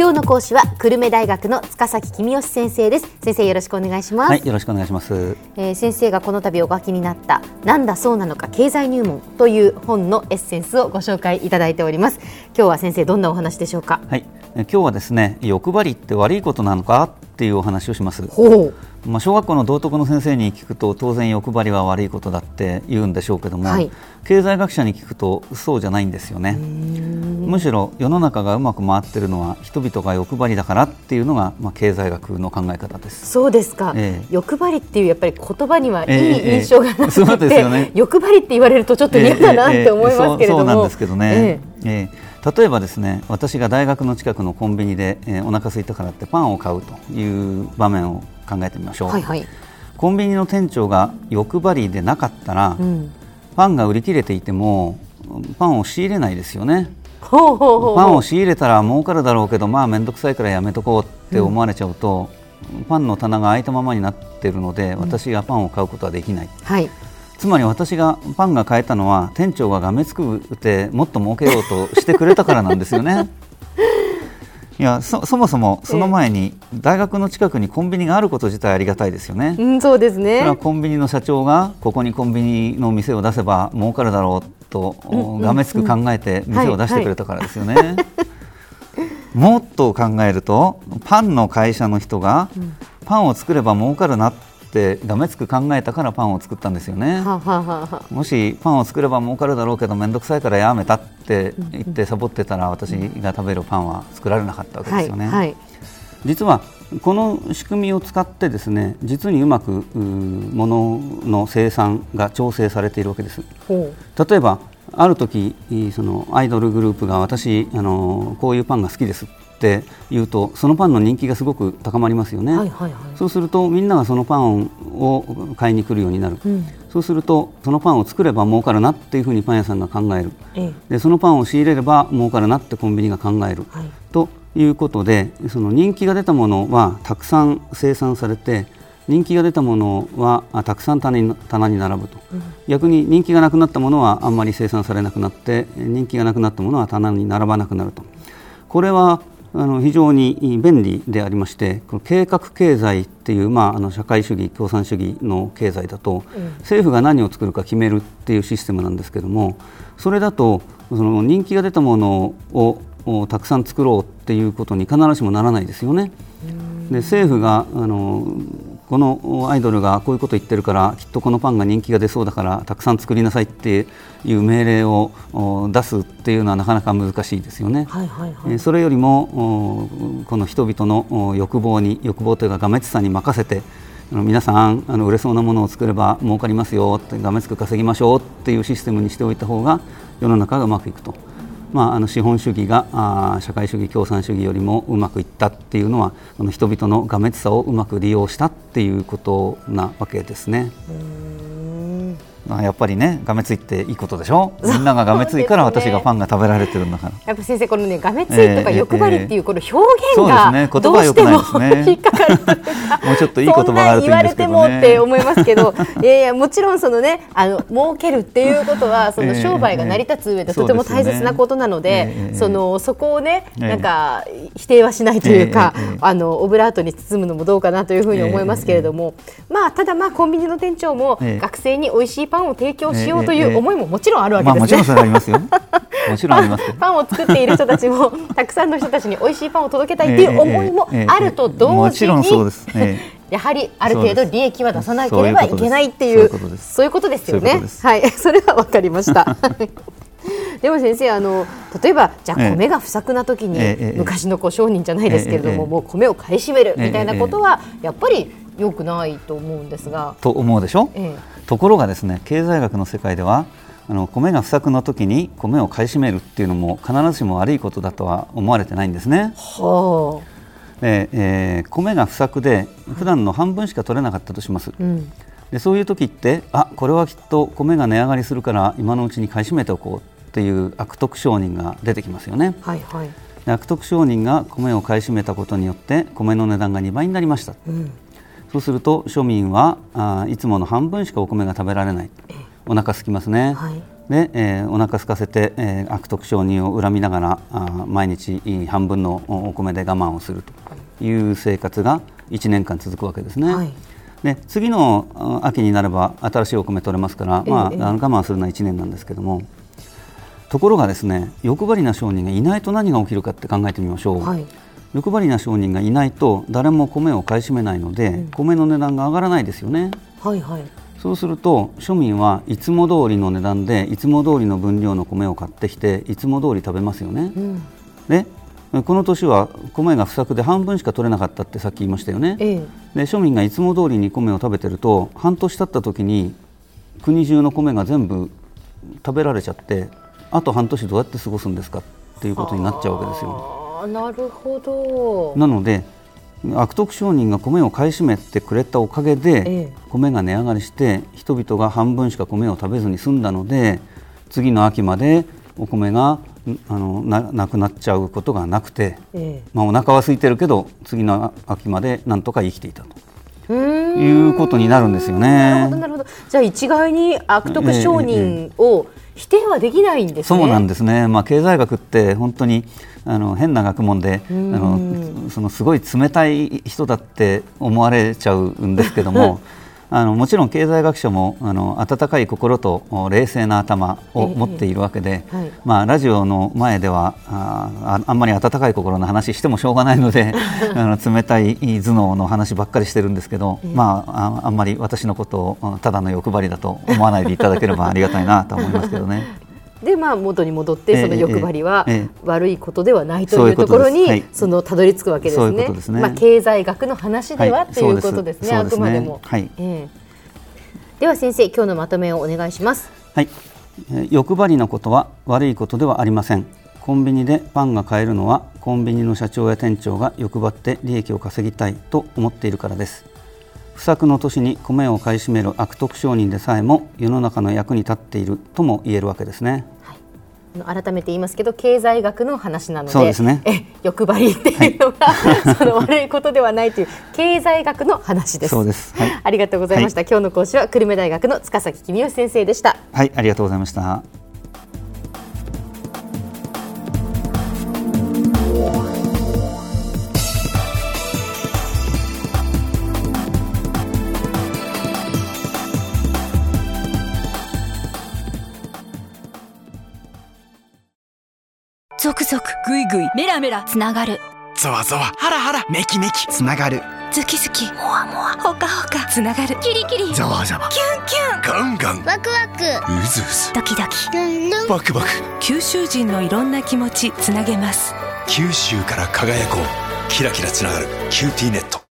今日の講師は久留米大学の塚崎公義先生です。先生、よろしくお願いします。 はい、よろしくお願いします。 先生がこの度お書きになったなんだそうなのか経済入門という本のエッセンスをご紹介いただいております。今日は先生、どんなお話でしょうか？ はい、今日はですね、欲張りって悪いことなのかっていうお話をします。 ほう。 小学校の道徳の先生に聞くと当然欲張りは悪いことだって言うんでしょうけども、 はい、 経済学者に聞くとそうじゃないんですよね。むしろ世の中がうまく回っているのは人々が欲張りだからっていうのが、経済学の考え方です。 そうですか。欲張りっていうやっぱり言葉にはいい印象がなくて、 そうですよね、 欲張りって言われるとちょっと嫌だなって思いますけれども、 そうなんですけどね、例えばですね、私が大学の近くのコンビニで、お腹空いたからってパンを買うという場面を考えてみましょう。 はいはい、 コンビニの店長が欲張りでなかったら、パンが売り切れていてもパンを仕入れないですよね。パンを仕入れたら儲かるだろうけど、めんどくさいからやめとこうって思われちゃうと、パンの棚が空いたままになっているので、私がパンを買うことはできない。はい、つまり私がパンが買えたのは店長ががめつくてもっと儲けようとしてくれたからなんですよね。いや、そもそもその前に大学の近くにコンビニがあること自体ありがたいですよね。 そうですね。 それはコンビニの社長がここにコンビニの店を出せば儲かるだろうとがめつく考えて店を出してくれたからですよね。もっと考えると、パンの会社の人がパンを作れば儲かるなってがめつく考えたからパンを作ったんですよね。もしパンを作れば儲かるだろうけどめんどくさいからやめたって言ってサボってたら、私が食べるパンは作られなかったわけですよね。実はこの仕組みを使ってですね、実にうまく物の生産が調整されているわけです。例えばある時、そのアイドルグループが私こういうパンが好きですって言うと、そのパンの人気がすごく高まりますよね。そうするとみんながそのパンを買いに来るようになる。そうするとそのパンを作れば儲かるなっていうふうにパン屋さんが考える。でそのパンを仕入れれば儲かるなってコンビニが考える、ということで、その人気が出たものはたくさん生産されて、人気が出たものはたくさん棚に並ぶと、逆に人気がなくなったものはあんまり生産されなくなって、人気がなくなったものは棚に並ばなくなると。これは非常に便利でありまして、この計画経済っていう、社会主義共産主義の経済だと、政府が何を作るか決めるっていうシステムなんですけども、それだとその人気が出たものをたくさん作ろうっていうことに必ずしもならないですよね。で政府がこのアイドルがこういうこと言ってるからきっとこのパンが人気が出そうだからたくさん作りなさいっていう命令を出すっていうのはなかなか難しいですよね。それよりもこの人々の欲望というかがめつさに任せて、皆さん売れそうなものを作れば儲かりますよって、がめつく稼ぎましょうっていうシステムにしておいた方が世の中がうまくいくと。資本主義が社会主義共産主義よりもうまくいったっていうのは、この人々のがめつさをうまく利用したっていうことなわけですね。やっぱりね、がめついっていいことでしょ。みんなががめついから私がパンが食べられてるんだから。 やっぱ先生、このね、がめついとか欲張りっていうこの表現がどうしても引っかかるというか、もうちょっといい言葉があるといいんですけどね。そんな言われてもって思いますけど、もちろんそのね、儲けるっていうことはその商売が成り立つ上でとても大切なことなので、そこをね、なんか否定はしないというか、オブラートに包むのもどうかなというふうに思いますけれども、ただコンビニの店長も学生に美味しいパンを提供しようという思いももちろんあるわけですね。 もちろんそれありますよ。もちろんあります。 パンを作っている人たちもたくさんの人たちに美味しいパンを届けたいという思いもあると同時に、やはりある程度利益は出さなければいけないっていう、そういうことですよね。はい、それは分かりました。でも先生、例えばじゃあ米が不作な時に、昔の商人じゃないですけれども、もう米を買い占めるみたいなことはやっぱり良くないと思うんですが。 と思うでしょ。ところがですね、経済学の世界では米が不作の時に米を買い占めるっていうのも必ずしも悪いことだとは思われてないんですね。で米が不作で普段の半分しか取れなかったとします。でそういう時って、これはきっと米が値上がりするから今のうちに買い占めておこうっていう悪徳商人が出てきますよね。で悪徳商人が米を買い占めたことによって米の値段が2倍になりました。そうすると庶民はいつもの半分しかお米が食べられない。お腹空きますね。 で、お腹空かせて、悪徳商人を恨みながら毎日半分のお米で我慢をするという生活が1年間続くわけですね。で次の秋になれば新しいお米取れますから、我慢するのは1年なんですけども、ところがですね、欲張りな商人がいないと何が起きるかって考えてみましょう。欲張りな商人がいないと誰も米を買い占めないので、米の値段が上がらないですよね。そうすると庶民はいつも通りの値段でいつも通りの分量の米を買ってきていつも通り食べますよね。でこの年は米が不作で半分しか取れなかったってさっき言いましたよね。で庶民がいつも通りに米を食べてると半年経った時に国中の米が全部食べられちゃって、あと半年どうやって過ごすんですかっていうことになっちゃうわけですよ。 なるほど。 なので悪徳商人が米を買い占めてくれたおかげで、米が値上がりして人々が半分しか米を食べずに済んだので、次の秋までお米がなくなっちゃうことがなくて、お腹は空いてるけど次の秋までなんとか生きていたということになるんですよね。 なるほど。じゃあ一概に悪徳商人を否定はできないんですね。 そうなんですね。経済学って本当に変な学問で、そのすごい冷たい人だって思われちゃうんですけどももちろん経済学者も温かい心と冷静な頭を持っているわけで、ラジオの前ではあんまり温かい心の話してもしょうがないので冷たい頭脳の話ばっかりしてるんですけど、あんまり私のことをただの欲張りだと思わないでいただければありがたいなと思いますけどね。 で元に戻ってその欲張りは悪いことではないというところにたどり着くわけですね。経済学の話ではということですね、あくまでも。では先生、今日のまとめをお願いします。 欲張りのことは悪いことではありません。コンビニでパンが買えるのはコンビニの社長や店長が欲張って利益を稼ぎたいと思っているからです。不作の年に米を買い占める悪徳商人でさえも世の中の役に立っているとも言えるわけですね。 改めて言いますけど、経済学の話なので、 そうですね、 欲張りっていうのが、その悪いことではないという経済学の話です。 そうです、 ありがとうございました。今日の講師は久留米大学の塚崎公義先生でした。 ありがとうございました。 ゾクゾクグイグイメラメラつながる、 ゾワゾワハラハラメキメキつながる、 ズキズキモワモワホカホカつながる、キリキリザワザワキュンキュンガンガンワクワクうずうずドキドキルンルンバクバク、 九州人のいろんな気持ちつなげます。 九州から輝こう、キラキラつながるキューティーネット。